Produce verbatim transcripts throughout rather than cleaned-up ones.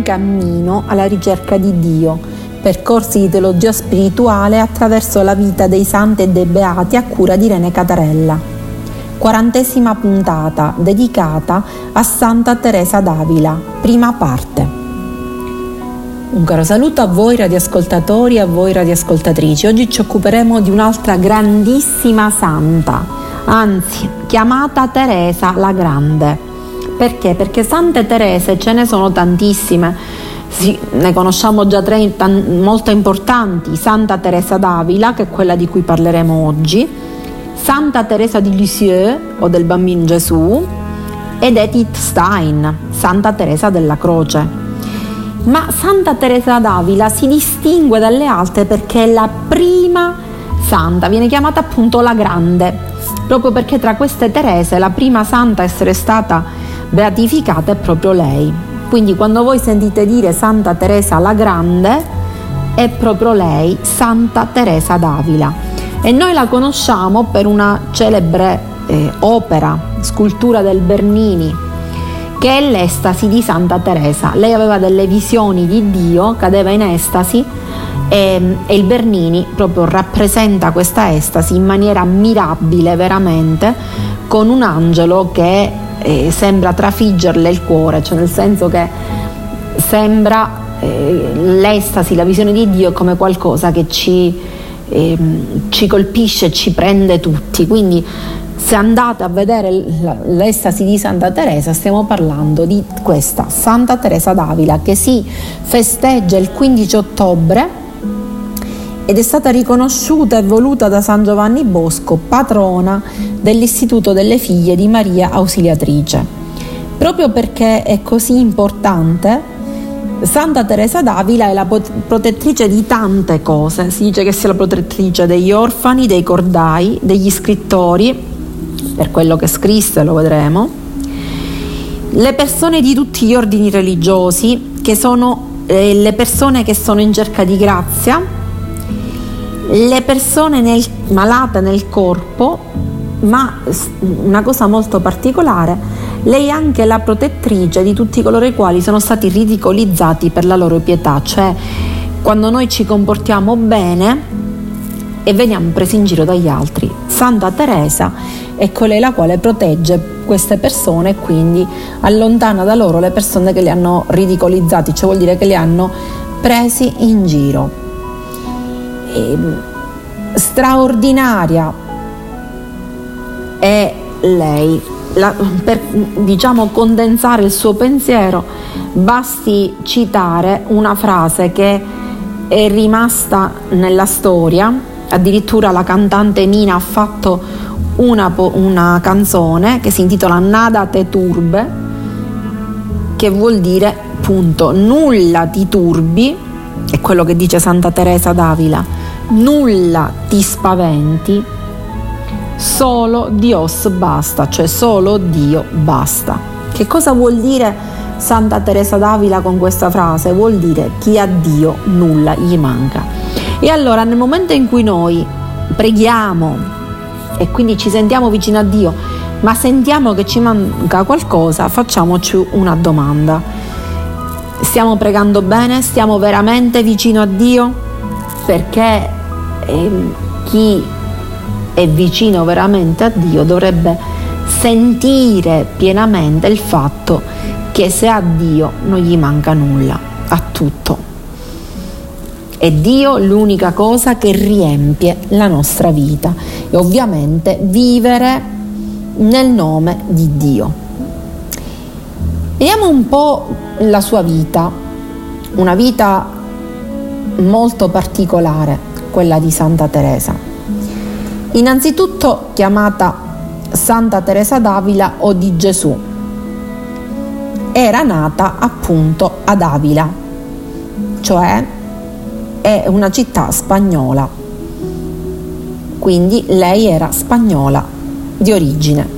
cammino alla ricerca di Dio, percorsi di teologia spirituale attraverso la vita dei santi e dei beati a cura di Irene Catarella. Quarantesima puntata dedicata a Santa Teresa d'Avila, prima parte. Un caro saluto a voi radioascoltatori e a voi radioascoltatrici. Oggi ci occuperemo di un'altra grandissima santa, anzi chiamata Teresa la Grande. Perché? Perché sante Terese ce ne sono tantissime, sì, ne conosciamo già tre molto importanti: Santa Teresa d'Avila, che è quella di cui parleremo oggi, Santa Teresa di Lisieux o del Bambino Gesù, ed Edith Stein, Santa Teresa della Croce. Ma Santa Teresa d'Avila si distingue dalle altre perché è la prima santa, viene chiamata appunto la Grande, proprio perché tra queste Terese la prima santa a essere stata beatificata è proprio lei. Quindi quando voi sentite dire Santa Teresa la Grande è proprio lei, Santa Teresa d'Avila, e noi la conosciamo per una celebre eh, opera, scultura del Bernini, che è l'Estasi di Santa Teresa. Lei aveva delle visioni di Dio, cadeva in estasi e, e il Bernini proprio rappresenta questa estasi in maniera mirabile, veramente, con un angelo che Eh, sembra trafiggerle il cuore, cioè nel senso che sembra eh, l'estasi, la visione di Dio è come qualcosa che ci, eh, ci colpisce, ci prende tutti. Quindi se andate a vedere l'estasi di Santa Teresa, stiamo parlando di questa Santa Teresa d'Avila, che si festeggia il quindici ottobre ed è stata riconosciuta e voluta da San Giovanni Bosco patrona dell'Istituto delle Figlie di Maria Ausiliatrice. Proprio perché è così importante, Santa Teresa d'Avila è la protettrice di tante cose. Si dice che sia la protettrice degli orfani, dei cordai, degli scrittori, per quello che scrisse, lo vedremo, le persone di tutti gli ordini religiosi, che sono eh, le persone che sono in cerca di grazia, le persone nel, malate nel corpo, ma una cosa molto particolare, lei è anche la protettrice di tutti coloro i quali sono stati ridicolizzati per la loro pietà, cioè quando noi ci comportiamo bene e veniamo presi in giro dagli altri. Santa Teresa è colei la quale protegge queste persone e quindi allontana da loro le persone che li hanno ridicolizzati, cioè vuol dire che li hanno presi in giro. Straordinaria è lei. La, per diciamo condensare il suo pensiero basti citare una frase che è rimasta nella storia. Addirittura la cantante Mina ha fatto una, una canzone che si intitola Nada te turbe, che vuol dire appunto nulla ti turbi, è quello che dice Santa Teresa d'Avila, nulla ti spaventi, solo Dios basta, cioè solo Dio basta. Che cosa vuol dire Santa Teresa d'Avila con questa frase? Vuol dire chi ha Dio nulla gli manca. E allora nel momento in cui noi preghiamo e quindi ci sentiamo vicino a Dio, ma sentiamo che ci manca qualcosa, facciamoci una domanda: stiamo pregando bene? Stiamo veramente vicino a Dio? Perché eh, chi è vicino veramente a Dio dovrebbe sentire pienamente il fatto che se ha Dio non gli manca nulla, ha tutto. È Dio l'unica cosa che riempie la nostra vita e ovviamente vivere nel nome di Dio. Vediamo un po' la sua vita, una vita molto particolare, quella di Santa Teresa. Innanzitutto chiamata Santa Teresa d'Avila o di Gesù, era nata appunto ad Avila, cioè è una città spagnola, quindi lei era spagnola di origine.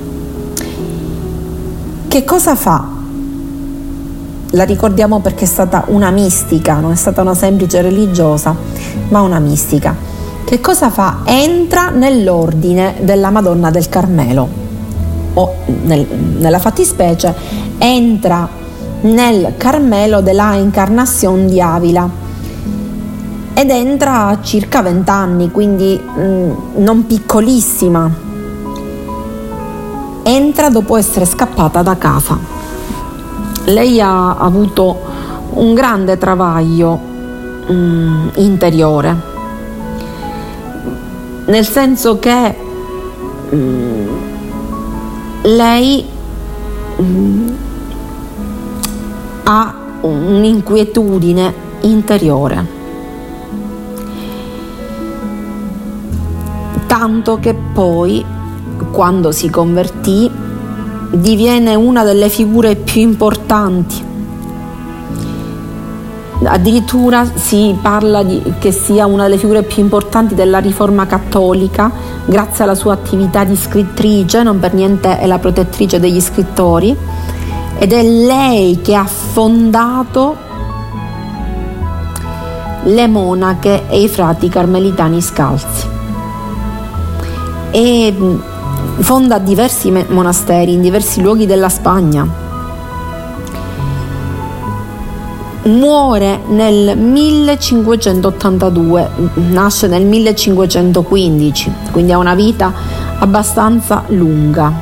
Che cosa fa? La ricordiamo perché è stata una mistica, non è stata una semplice religiosa, ma una mistica. Che cosa fa? Entra nell'ordine della Madonna del Carmelo, o nel, nella fattispecie entra nel Carmelo della Encarnación di Avila ed entra a circa vent'anni, quindi mh, non piccolissima. Entra dopo essere scappata da casa. Lei ha avuto un grande travaglio mh, interiore, nel senso che mh, lei mh, ha un'inquietudine interiore, tanto che poi, quando si convertì, diviene una delle figure più importanti. Addirittura si parla di che sia una delle figure più importanti della Riforma cattolica, grazie alla sua attività di scrittrice, non per niente è la protettrice degli scrittori, ed è lei che ha fondato le monache e i frati carmelitani scalzi e fonda diversi monasteri in diversi luoghi della Spagna. Muore nel millecinquecentottantadue, nasce nel millecinquecentoquindici, quindi ha una vita abbastanza lunga.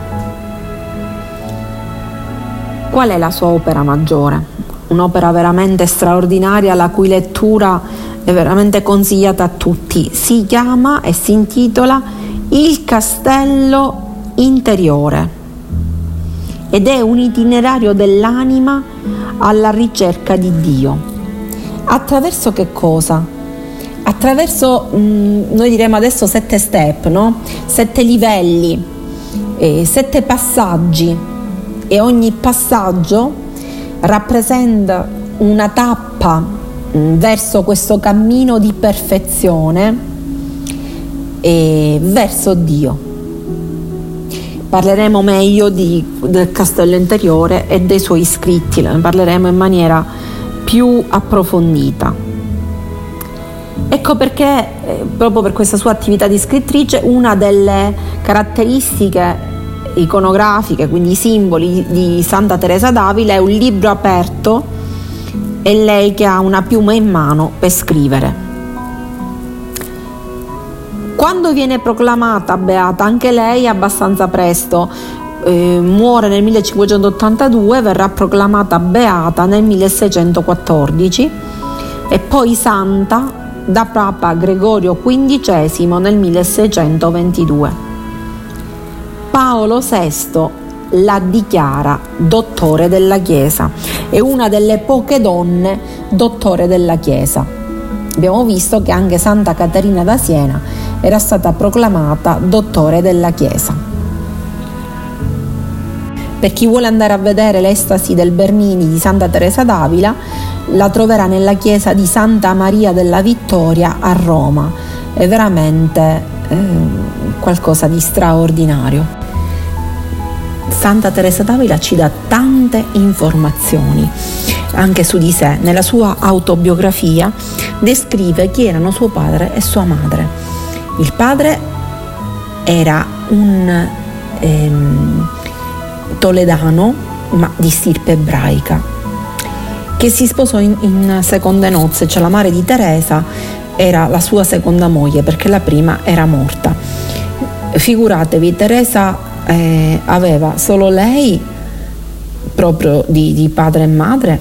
Qual è la sua opera maggiore? Un'opera veramente straordinaria, la cui lettura è veramente consigliata a tutti. Si chiama e si intitola Il Castello Interiore ed è un itinerario dell'anima alla ricerca di Dio. Attraverso che cosa? Attraverso, mh, noi diremo adesso sette step, no? Sette livelli, eh, sette passaggi, e ogni passaggio rappresenta una tappa mh, verso questo cammino di perfezione e verso Dio. Parleremo meglio di, del Castello Interiore e dei suoi scritti, ne parleremo in maniera più approfondita. Ecco perché, eh, proprio per questa sua attività di scrittrice, una delle caratteristiche iconografiche, quindi i simboli di Santa Teresa d'Avila, è un libro aperto e lei che ha una piuma in mano per scrivere. Quando viene proclamata beata, anche lei abbastanza presto, eh, muore nel millecinquecentottantadue, verrà proclamata beata nel milleseicentoquattordici e poi santa da Papa Gregorio quindicesimo nel milleseicentoventidue. Paolo sesto la dichiara dottore della Chiesa, è una delle poche donne dottore della Chiesa. Abbiamo visto che anche Santa Caterina da Siena era stata proclamata dottore della Chiesa. Per chi vuole andare a vedere l'estasi del Bernini di Santa Teresa d'Avila, la troverà nella chiesa di Santa Maria della Vittoria a Roma. È veramente eh, qualcosa di straordinario. Santa Teresa d'Avila ci dà tante informazioni anche su di sé. Nella sua autobiografia descrive chi erano suo padre e sua madre. Il padre era un ehm, toledano, ma di stirpe ebraica, che si sposò in, in seconde nozze, cioè la madre di Teresa era la sua seconda moglie perché la prima era morta. Figuratevi, Teresa eh, aveva solo lei, proprio di, di padre e madre,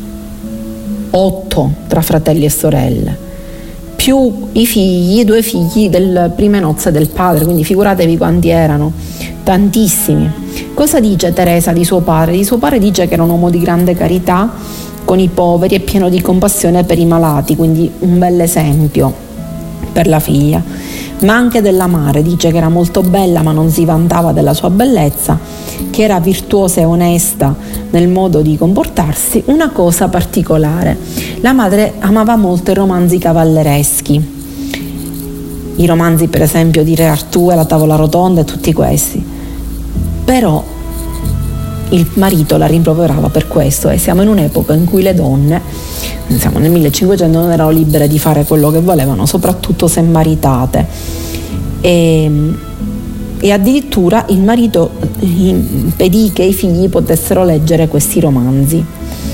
otto tra fratelli e sorelle, più i figli, due figli delle prime nozze del padre, quindi figuratevi quanti erano, tantissimi. Cosa dice Teresa di suo padre? Di suo padre dice che era un uomo di grande carità con i poveri e pieno di compassione per i malati, quindi un bel esempio per la figlia. Ma anche della madre dice che era molto bella ma non si vantava della sua bellezza, che era virtuosa e onesta nel modo di comportarsi. Una cosa particolare: la madre amava molto i romanzi cavallereschi, i romanzi per esempio di Re Artù e La tavola rotonda e tutti questi, però il marito la rimproverava per questo, e siamo in un'epoca in cui le donne, siamo nel millecinquecento, non erano libere di fare quello che volevano, soprattutto se maritate, e, e addirittura il marito impedì che i figli potessero leggere questi romanzi.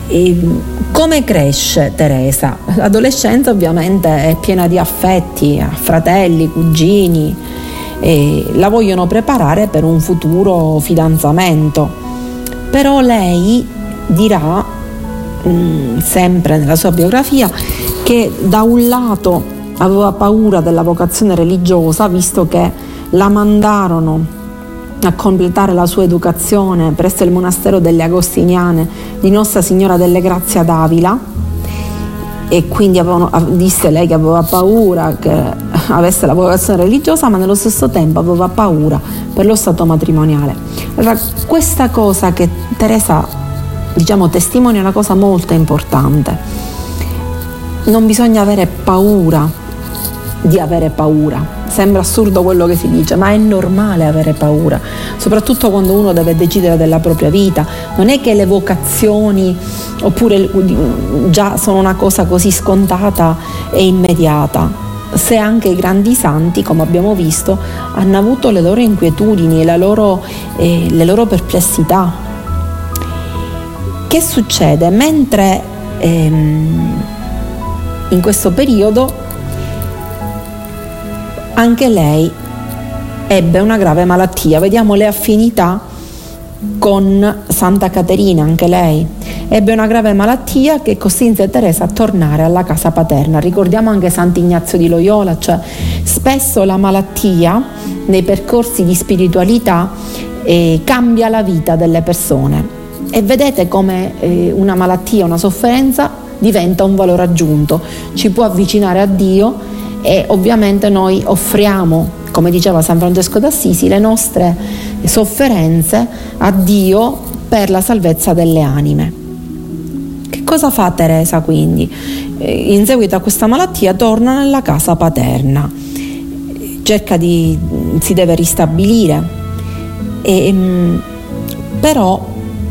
E come cresce Teresa? L'adolescenza ovviamente è piena di affetti, fratelli, cugini, e la vogliono preparare per un futuro fidanzamento. Però lei dirà, mh, sempre nella sua biografia, che da un lato aveva paura della vocazione religiosa, visto che la mandarono a completare la sua educazione presso il monastero delle Agostiniane di Nostra Signora delle Grazie ad Avila, e quindi avevano, disse lei che aveva paura che avesse la vocazione religiosa, ma nello stesso tempo aveva paura per lo stato matrimoniale. Allora, questa cosa che Teresa, diciamo, testimonia è una cosa molto importante. Non bisogna avere paura di avere paura. Sembra assurdo quello che si dice, ma è normale avere paura, soprattutto quando uno deve decidere della propria vita. Non è che le vocazioni oppure già sono una cosa così scontata e immediata. Se anche i grandi santi, come abbiamo visto, hanno avuto le loro inquietudini e la loro, eh, le loro perplessità. Che succede? Mentre ehm, in questo periodo anche lei ebbe una grave malattia. Vediamo le affinità con Santa Caterina. Anche lei ebbe una grave malattia che costrinse Teresa a tornare alla casa paterna. Ricordiamo anche Sant'Ignazio di Loyola, cioè spesso la malattia nei percorsi di spiritualità eh, cambia la vita delle persone, e vedete come eh, una malattia, una sofferenza diventa un valore aggiunto, ci può avvicinare a Dio. E ovviamente noi offriamo, come diceva San Francesco d'Assisi, le nostre sofferenze a Dio per la salvezza delle anime. Che cosa fa Teresa quindi? In seguito a questa malattia torna nella casa paterna, cerca di, si deve ristabilire, e, però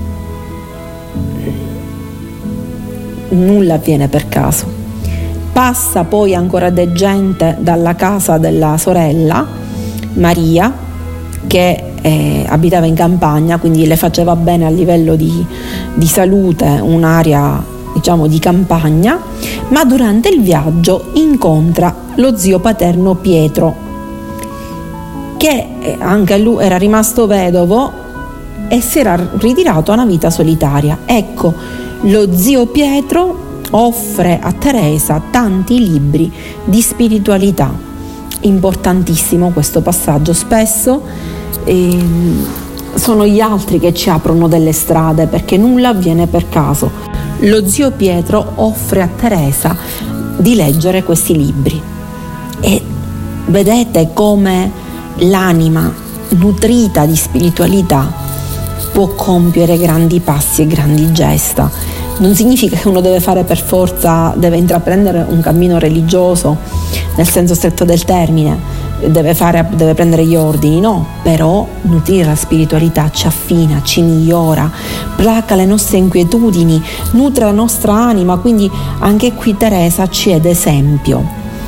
nulla avviene per caso. Passa poi ancora de gente dalla casa della sorella Maria, che eh, abitava in campagna, quindi le faceva bene a livello di, di salute un'area, diciamo, di campagna, ma durante il viaggio incontra lo zio paterno Pietro, che anche lui era rimasto vedovo e si era ritirato a una vita solitaria. Ecco, lo zio Pietro offre a Teresa tanti libri di spiritualità. Importantissimo questo passaggio. Spesso eh, sono gli altri che ci aprono delle strade, perché nulla avviene per caso. Lo zio Pietro offre a Teresa di leggere questi libri, e vedete come l'anima nutrita di spiritualità può compiere grandi passi e grandi gesta. Non significa che uno deve fare per forza, deve intraprendere un cammino religioso nel senso stretto del termine, deve, fare, deve prendere gli ordini, no, però nutrire la spiritualità ci affina, ci migliora, placa le nostre inquietudini, nutre la nostra anima. Quindi anche qui Teresa ci è d'esempio.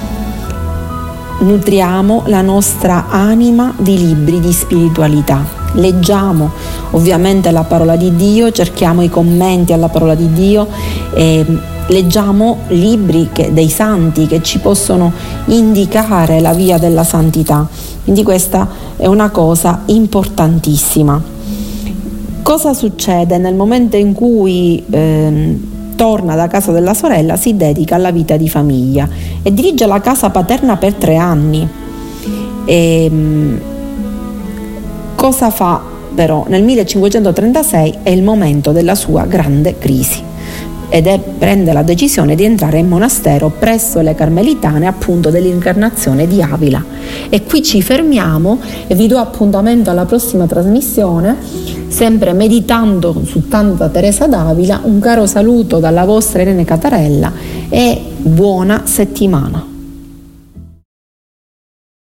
Nutriamo la nostra anima di libri di spiritualità. Leggiamo ovviamente la parola di Dio, cerchiamo i commenti alla parola di Dio, e leggiamo libri che, dei santi, che ci possono indicare la via della santità. Quindi questa è una cosa importantissima. Cosa succede nel momento in cui eh, torna da casa della sorella? Si dedica alla vita di famiglia e dirige la casa paterna per tre anni. E, cosa fa però? Nel millecinquecentotrentasei è il momento della sua grande crisi, ed è, prende la decisione di entrare in monastero presso le Carmelitane, appunto dell'Incarnazione di Avila. E qui ci fermiamo e vi do appuntamento alla prossima trasmissione, sempre meditando su Santa Teresa d'Avila. Un caro saluto dalla vostra Irene Catarella e buona settimana.